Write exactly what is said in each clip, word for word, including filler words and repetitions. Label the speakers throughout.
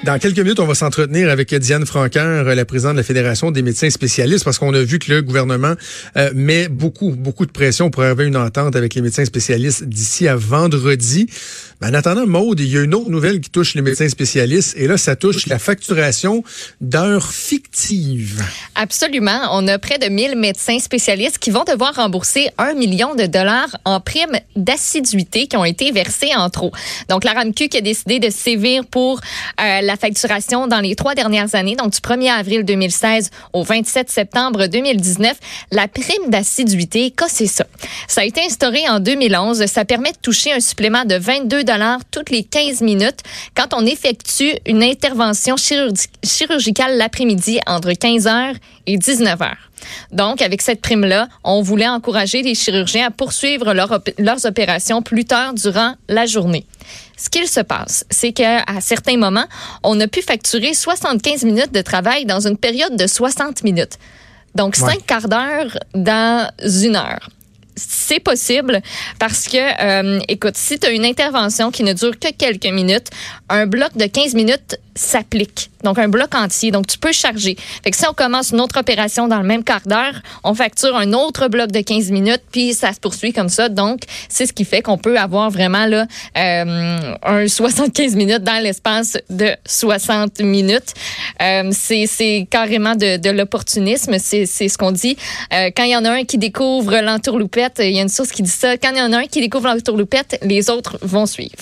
Speaker 1: Dans quelques minutes, on va s'entretenir avec Diane Franqueur, la présidente de la Fédération des médecins spécialistes, parce qu'on a vu que le gouvernement euh, met beaucoup, beaucoup de pression pour arriver à une entente avec les médecins spécialistes d'ici à vendredi. Mais en attendant, Maude, il y a une autre nouvelle qui touche les médecins spécialistes, et là, ça touche la facturation d'heures fictives.
Speaker 2: Absolument. On a près de mille médecins spécialistes qui vont devoir rembourser un million de dollars en primes d'assiduité qui ont été versées en trop. Donc, la RAMQ qui a décidé de sévir pour euh, la facturation dans les trois dernières années, donc du premier avril deux mille seize au vingt-sept septembre deux mille dix-neuf, la prime d'assiduité, qu'est-ce que c'est ça? Ça a été instauré en deux mille onze. Ça permet de toucher un supplément de vingt-deux dollars toutes les quinze minutes quand on effectue une intervention chirurgi- chirurgicale l'après-midi entre quinze heures et dix-neuf heures. Donc, avec cette prime-là, on voulait encourager les chirurgiens à poursuivre leur op- leurs opérations plus tard durant la journée. Ce qu'il se passe, c'est qu'à certains moments, on a pu facturer soixante-quinze minutes de travail dans une période de soixante minutes. Donc, cinq ouais. quarts d'heure dans une heure. C'est possible parce que, euh, écoute, si tu as une intervention qui ne dure que quelques minutes, un bloc de quinze minutes s'applique. Donc, un bloc entier. Donc, tu peux charger. Fait que si on commence une autre opération dans le même quart d'heure, on facture un autre bloc de quinze minutes, puis ça se poursuit comme ça. Donc, c'est ce qui fait qu'on peut avoir vraiment là euh, un soixante-quinze minutes dans l'espace de soixante minutes. Euh, c'est, c'est carrément de, de l'opportunisme. C'est, c'est ce qu'on dit. Euh, quand il y en a un qui découvre l'entourloupette, il y a une source qui dit ça. Quand il y en a un qui découvre l'entourloupette, les autres vont suivre.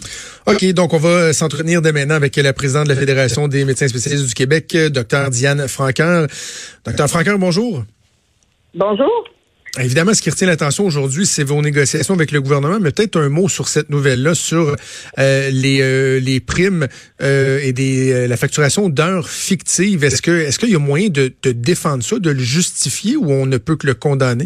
Speaker 1: OK, donc on va s'entretenir dès maintenant avec la présidente de la Fédération des médecins spécialistes du Québec, Dr Diane Franqueur. Dr Franqueur, bonjour.
Speaker 3: Bonjour.
Speaker 1: Évidemment, ce qui retient l'attention aujourd'hui, c'est vos négociations avec le gouvernement, mais peut-être un mot sur cette nouvelle-là, sur euh, les, euh, les primes euh, et des, euh, la facturation d'heures fictives. Est-ce que est-ce qu'il y a moyen de, de défendre ça, de le justifier, ou on ne peut que le condamner?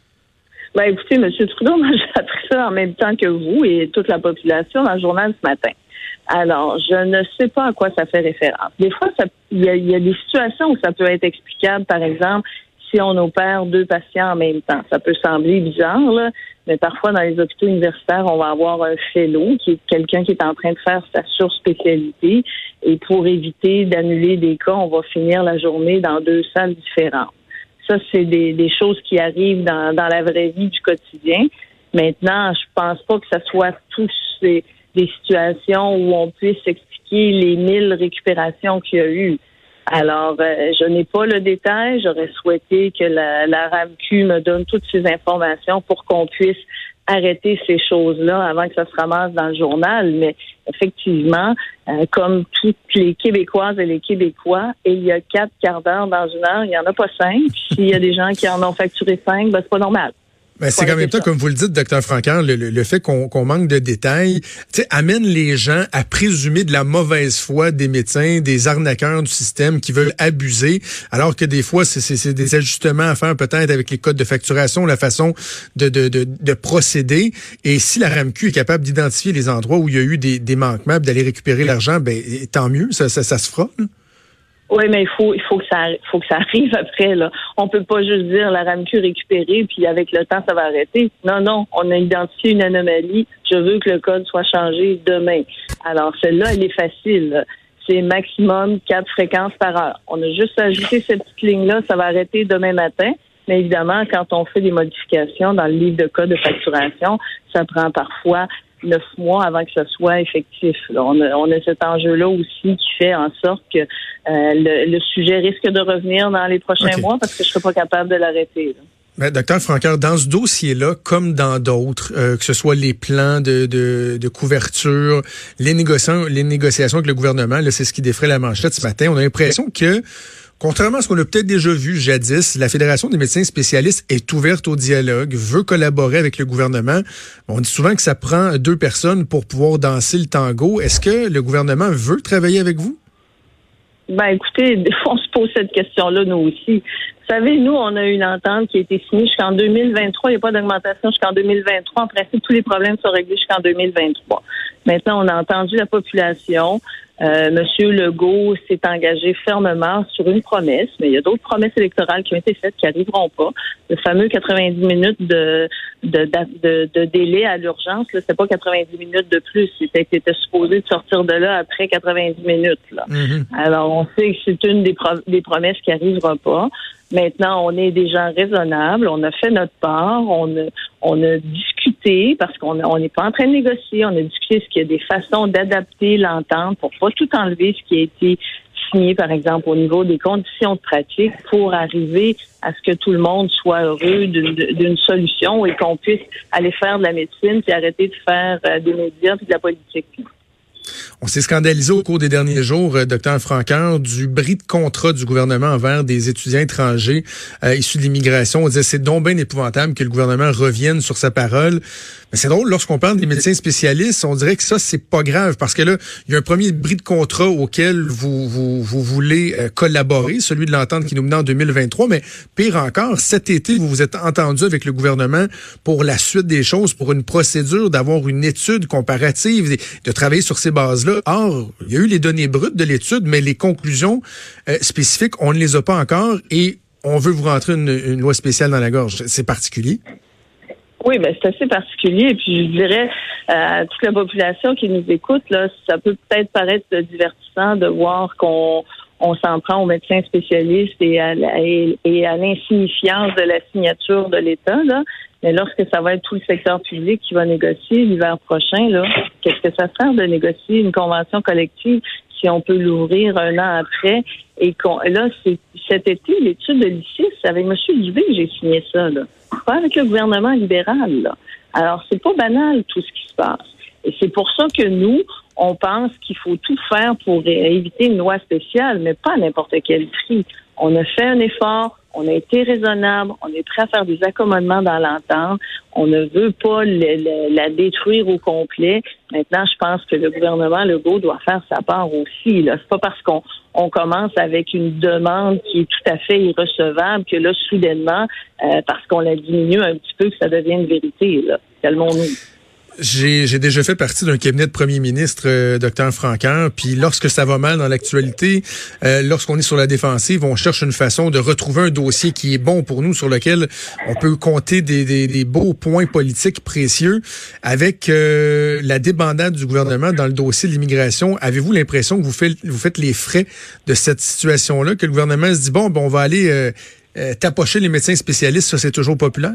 Speaker 3: Ben, écoutez, M. Trudeau, moi, j'ai appris ça en même temps que vous et toute la population dans le journal ce matin. Alors, je ne sais pas à quoi ça fait référence. Des fois, il y, y a des situations où ça peut être explicable. Par exemple, si on opère deux patients en même temps. Ça peut sembler bizarre, là, mais parfois, dans les hôpitaux universitaires, on va avoir un fellow, qui est quelqu'un qui est en train de faire sa surspécialité. Et pour éviter d'annuler des cas, on va finir la journée dans deux salles différentes. Ça, c'est des, des choses qui arrivent dans, dans la vraie vie du quotidien. Maintenant, je pense pas que ça soit tous ces, des situations où on puisse expliquer les mille récupérations qu'il y a eu. Alors, euh, je n'ai pas le détail. J'aurais souhaité que la, la RAMQ me donne toutes ces informations pour qu'on puisse arrêter ces choses-là avant que ça se ramasse dans le journal. Mais effectivement, euh, comme toutes les Québécoises et les Québécois, et il y a quatre quarts d'heure dans une heure, il n'y en a pas cinq. S'il y a des gens qui en ont facturé cinq, ben c'est pas normal.
Speaker 1: Ben, c'est quand même ça, comme vous le dites, docteur Franqueur, le, le, le fait qu'on, qu'on manque de détails, tu sais, amène les gens à présumer de la mauvaise foi des médecins, des arnaqueurs du système qui veulent abuser, alors que des fois, c'est, c'est, c'est des ajustements à faire peut-être avec les codes de facturation, la façon de, de, de, de procéder. Et si la RAMQ est capable d'identifier les endroits où il y a eu des, des manquements, d'aller récupérer l'argent, ben tant mieux, ça, ça, ça se fera, là.
Speaker 3: Oui, mais il faut, il faut que ça, faut que ça arrive après, là. On peut pas juste dire la RAMQ récupérée, puis avec le temps, ça va arrêter. Non, non, on a identifié une anomalie. Je veux que le code soit changé demain. Alors, celle-là, elle est facile, là. C'est maximum quatre fréquences par heure. On a juste ajouté cette petite ligne-là, ça va arrêter demain matin. Mais évidemment, quand on fait des modifications dans le livre de code de facturation, ça prend parfois neuf mois avant que ça soit effectif. Là, on, a, on a cet enjeu-là aussi qui fait en sorte que euh, le, le sujet risque de revenir dans les prochains okay. mois parce que je ne serai pas capable de l'arrêter. Là.
Speaker 1: Ben, docteur Franqueur, dans ce dossier-là, comme dans d'autres, euh, que ce soit les plans de, de, de couverture, les négociations, les négociations avec le gouvernement, là, c'est ce qui défraie la manchette ce matin, on a l'impression que contrairement à ce qu'on a peut-être déjà vu jadis, la Fédération des médecins spécialistes est ouverte au dialogue, veut collaborer avec le gouvernement. On dit souvent que ça prend deux personnes pour pouvoir danser le tango. Est-ce que le gouvernement veut travailler avec vous?
Speaker 3: Ben, écoutez, des fois, on se pose cette question-là, nous aussi. Vous savez, nous, on a une entente qui a été signée jusqu'en deux mille vingt-trois. Il n'y a pas d'augmentation jusqu'en deux mille vingt-trois. En principe, tous les problèmes sont réglés jusqu'en deux mille vingt-trois. Maintenant, on a entendu la population. Euh, Monsieur Legault s'est engagé fermement sur une promesse, mais il y a d'autres promesses électorales qui ont été faites qui n'arriveront pas. Le fameux quatre-vingt-dix minutes de de, de, de, de délai à l'urgence, là, c'est pas quatre-vingt-dix minutes de plus. C'était, c'était supposé de sortir de là après quatre-vingt-dix minutes. Là. Mm-hmm. Alors, on sait que c'est une des, pro- des promesses qui n'arrivera pas. Maintenant, on est des gens raisonnables. On a fait notre part. On a, on a discuté parce qu'on on n'est pas en train de négocier. On a discuté ce qu'il y a des façons d'adapter l'entente pour pas tout enlever ce qui a été signé, par exemple, au niveau des conditions de pratique pour arriver à ce que tout le monde soit heureux d'une, d'une solution et qu'on puisse aller faire de la médecine puis arrêter de faire euh, des médias puis de la politique.
Speaker 1: On s'est scandalisé au cours des derniers jours, euh, docteur Franqueur, du bris de contrat du gouvernement envers des étudiants étrangers euh, issus de l'immigration. On disait c'est donc bien épouvantable que le gouvernement revienne sur sa parole. Mais c'est drôle, lorsqu'on parle des médecins spécialistes, on dirait que ça, c'est pas grave parce que là, il y a un premier bris de contrat auquel vous vous, vous voulez euh, collaborer, celui de l'entente qui nous menait en deux mille vingt-trois. Mais pire encore, cet été, vous vous êtes entendu avec le gouvernement pour la suite des choses, pour une procédure d'avoir une étude comparative, de travailler sur ces bases-là. Or, il y a eu les données brutes de l'étude, mais les conclusions euh, spécifiques, on ne les a pas encore et on veut vous rentrer une, une loi spéciale dans la gorge. C'est particulier.
Speaker 3: Oui, ben c'est assez particulier. Et puis je dirais euh, à toute la population qui nous écoute, là, ça peut peut-être paraître divertissant de voir qu'on on s'en prend aux médecins spécialistes et à, la, et, et à l'insignifiance de la signature de l'État, là. Mais lorsque ça va être tout le secteur public qui va négocier l'hiver prochain, là, qu'est-ce que ça sert de négocier une convention collective si on peut l'ouvrir un an après et qu'on là, c'est cet été, l'étude de l'I C I S, c'est avec M. Dubé que j'ai signé ça, là. Pas avec le gouvernement libéral, là. Alors, c'est pas banal tout ce qui se passe. Et c'est pour ça que nous, on pense qu'il faut tout faire pour éviter une loi spéciale, mais pas à n'importe quel prix. On a fait un effort, on a été raisonnable, on est prêt à faire des accommodements dans l'entente. On ne veut pas le, le, la détruire au complet. Maintenant, je pense que le gouvernement Legault doit faire sa part aussi. Là. C'est pas parce qu'on on commence avec une demande qui est tout à fait irrecevable que là, soudainement, euh, parce qu'on la diminue un petit peu, que ça devient une vérité. Là. Calmons-nous.
Speaker 1: J'ai, j'ai déjà fait partie d'un cabinet de premier ministre, euh, docteur Franqueur, puis lorsque ça va mal dans l'actualité, euh, lorsqu'on est sur la défensive, on cherche une façon de retrouver un dossier qui est bon pour nous, sur lequel on peut compter des, des, des beaux points politiques précieux. Avec euh, la débandade du gouvernement dans le dossier de l'immigration, avez-vous l'impression que vous faites, vous faites les frais de cette situation-là, que le gouvernement se dit, bon, ben, on va aller euh, euh, tapocher les médecins spécialistes, ça c'est toujours populaire?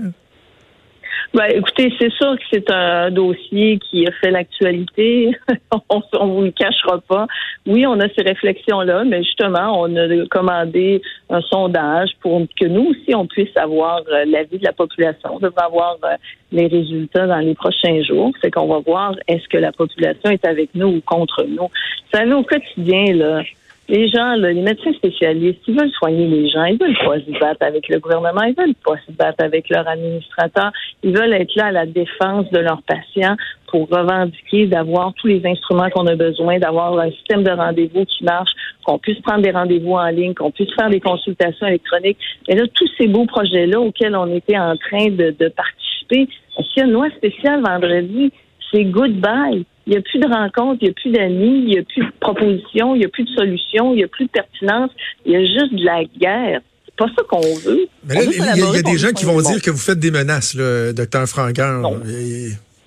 Speaker 3: Ben, écoutez, c'est sûr que c'est un dossier qui a fait l'actualité. on on vous le cachera pas. Oui, on a ces réflexions-là, mais justement, on a commandé un sondage pour que nous aussi, on puisse avoir euh, l'avis de la population. On devrait avoir euh, les résultats dans les prochains jours. C'est qu'on va voir est-ce que la population est avec nous ou contre nous. Vous savez, au quotidien, là, les gens, là, les médecins spécialistes, ils veulent soigner les gens. Ils veulent pas se battre avec le gouvernement. Ils veulent pas se battre avec leur administrateur. Ils veulent être là à la défense de leurs patients pour revendiquer d'avoir tous les instruments qu'on a besoin, d'avoir un système de rendez-vous qui marche, qu'on puisse prendre des rendez-vous en ligne, qu'on puisse faire des consultations électroniques. Mais là, tous ces beaux projets-là auxquels on était en train de, de participer, s'il y a une loi spéciale vendredi, c'est goodbye. Il n'y a plus de rencontres, il n'y a plus d'amis, il n'y a plus de propositions, il n'y a plus de solutions, il n'y a plus de pertinence. Il y a juste de la guerre. C'est pas ça qu'on veut.
Speaker 1: Mais là, il y a, y a des gens qui vont dire que vous faites des menaces, là, docteur Franqueur.
Speaker 3: Non.
Speaker 1: Et...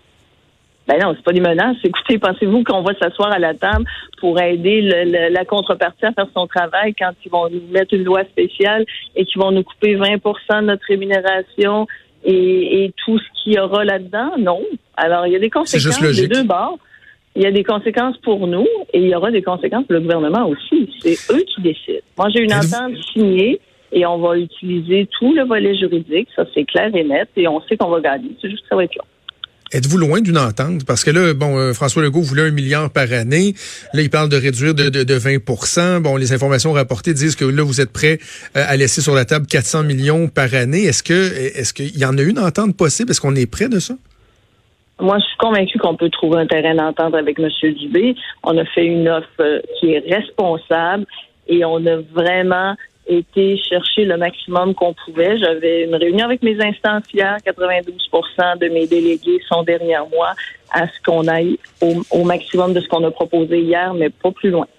Speaker 3: Ben non, c'est pas des menaces. Écoutez, pensez-vous qu'on va s'asseoir à la table pour aider le, le, la contrepartie à faire son travail quand ils vont nous mettre une loi spéciale et qu'ils vont nous couper vingt pour cent de notre rémunération et, et tout ce qu'il y aura là-dedans? Non. Alors, il y a des conséquences des deux bords. Il y a des conséquences pour nous et il y aura des conséquences pour le gouvernement aussi. C'est eux qui décident. Moi, j'ai une entente signée et on va utiliser tout le volet juridique. Ça, c'est clair et net et on sait qu'on va gagner. C'est juste que ça va être long.
Speaker 1: Êtes-vous loin d'une entente? Parce que là, bon, euh, François Legault voulait un milliard par année. Là, il parle de réduire de, de, de vingt pour cent. Bon, les informations rapportées disent que là, vous êtes prêt euh, à laisser sur la table quatre cents millions par année. Est-ce que, est-ce qu'il y en a une entente possible? Est-ce qu'on est près de ça?
Speaker 3: Moi, je suis convaincue qu'on peut trouver un terrain d'entente avec M. Dubé. On a fait une offre euh, qui est responsable et on a vraiment été chercher le maximum qu'on pouvait. J'avais une réunion avec mes instances hier. quatre-vingt-douze pour cent de mes délégués sont derrière moi à ce qu'on aille au, au maximum de ce qu'on a proposé hier, mais pas plus loin.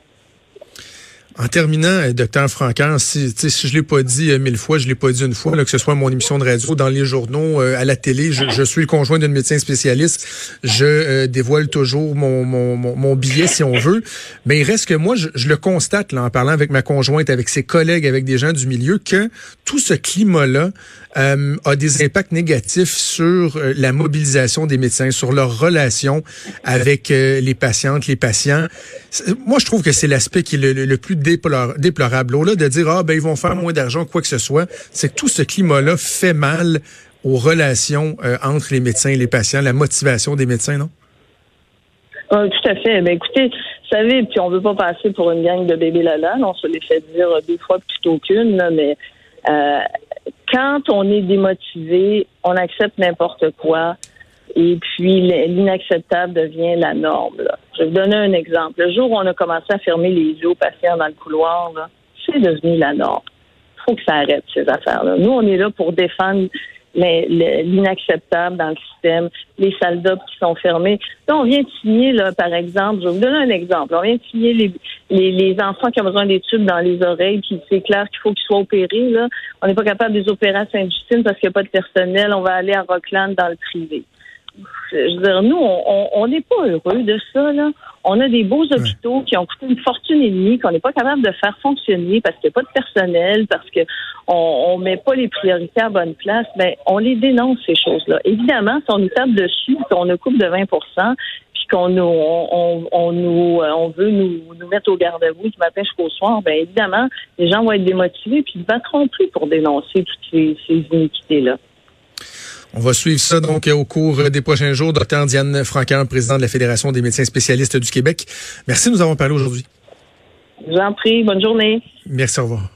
Speaker 1: En terminant, docteur Francaire, si, si je l'ai pas dit euh, mille fois, je l'ai pas dit une fois, là, que ce soit à mon émission de radio, dans les journaux, euh, à la télé, je, je suis le conjoint d'un médecin spécialiste. Je euh, dévoile toujours mon, mon, mon, mon billet, si on veut. Mais il reste que moi, je, je le constate là, en parlant avec ma conjointe, avec ses collègues, avec des gens du milieu, que tout ce climat-là euh, a des impacts négatifs sur euh, la mobilisation des médecins, sur leur relation avec euh, les patientes, les patients. Moi, je trouve que c'est l'aspect qui est le, le, le plus déplorable. Au-delà de dire, ah, ben, ils vont faire moins d'argent, quoi que ce soit, c'est que tout ce climat-là fait mal aux relations euh, entre les médecins et les patients, la motivation des médecins, non?
Speaker 3: Euh, tout à fait. Ben, écoutez, vous savez, puis on veut pas passer pour une gang de bébés lala, on se les fait dire deux fois plutôt qu'une, là, mais euh, quand on est démotivé, on accepte n'importe quoi. Et puis, l'inacceptable devient la norme. Là. Je vais vous donner un exemple. Le jour où on a commencé à fermer les yeux aux patients dans le couloir, là, c'est devenu la norme. Il faut que ça arrête, ces affaires-là. Nous, on est là pour défendre les, les, l'inacceptable dans le système, les salles d'op qui sont fermées. Là, on vient de signer, là, par exemple, je vais vous donner un exemple. On vient de signer les, les, les enfants qui ont besoin des tubes dans les oreilles, puis c'est clair qu'il faut qu'ils soient opérés. Là. On n'est pas capable de les opérer à Sainte-Justine parce qu'il n'y a pas de personnel. On va aller à Rockland dans le privé. Je veux dire, nous, on n'est pas heureux de ça, là. On a des beaux hôpitaux qui ont coûté une fortune et demie, qu'on n'est pas capable de faire fonctionner parce qu'il n'y a pas de personnel, parce qu'on on met pas les priorités à bonne place. Ben, on les dénonce, ces choses-là. Évidemment, si on nous tape dessus, qu'on nous coupe de vingt pour cent, puis qu'on nous, on, on, on, nous, on veut nous, nous mettre au garde-à-vous du matin jusqu'au soir, ben évidemment, les gens vont être démotivés puis ils ne battront plus pour dénoncer toutes ces, ces iniquités-là.
Speaker 1: On va suivre ça donc au cours des prochains jours. Docteur Diane Francaire, présidente de la Fédération des médecins spécialistes du Québec. Merci de nous avoir parlé aujourd'hui.
Speaker 3: Je vous en prie. Bonne journée.
Speaker 1: Merci, au revoir.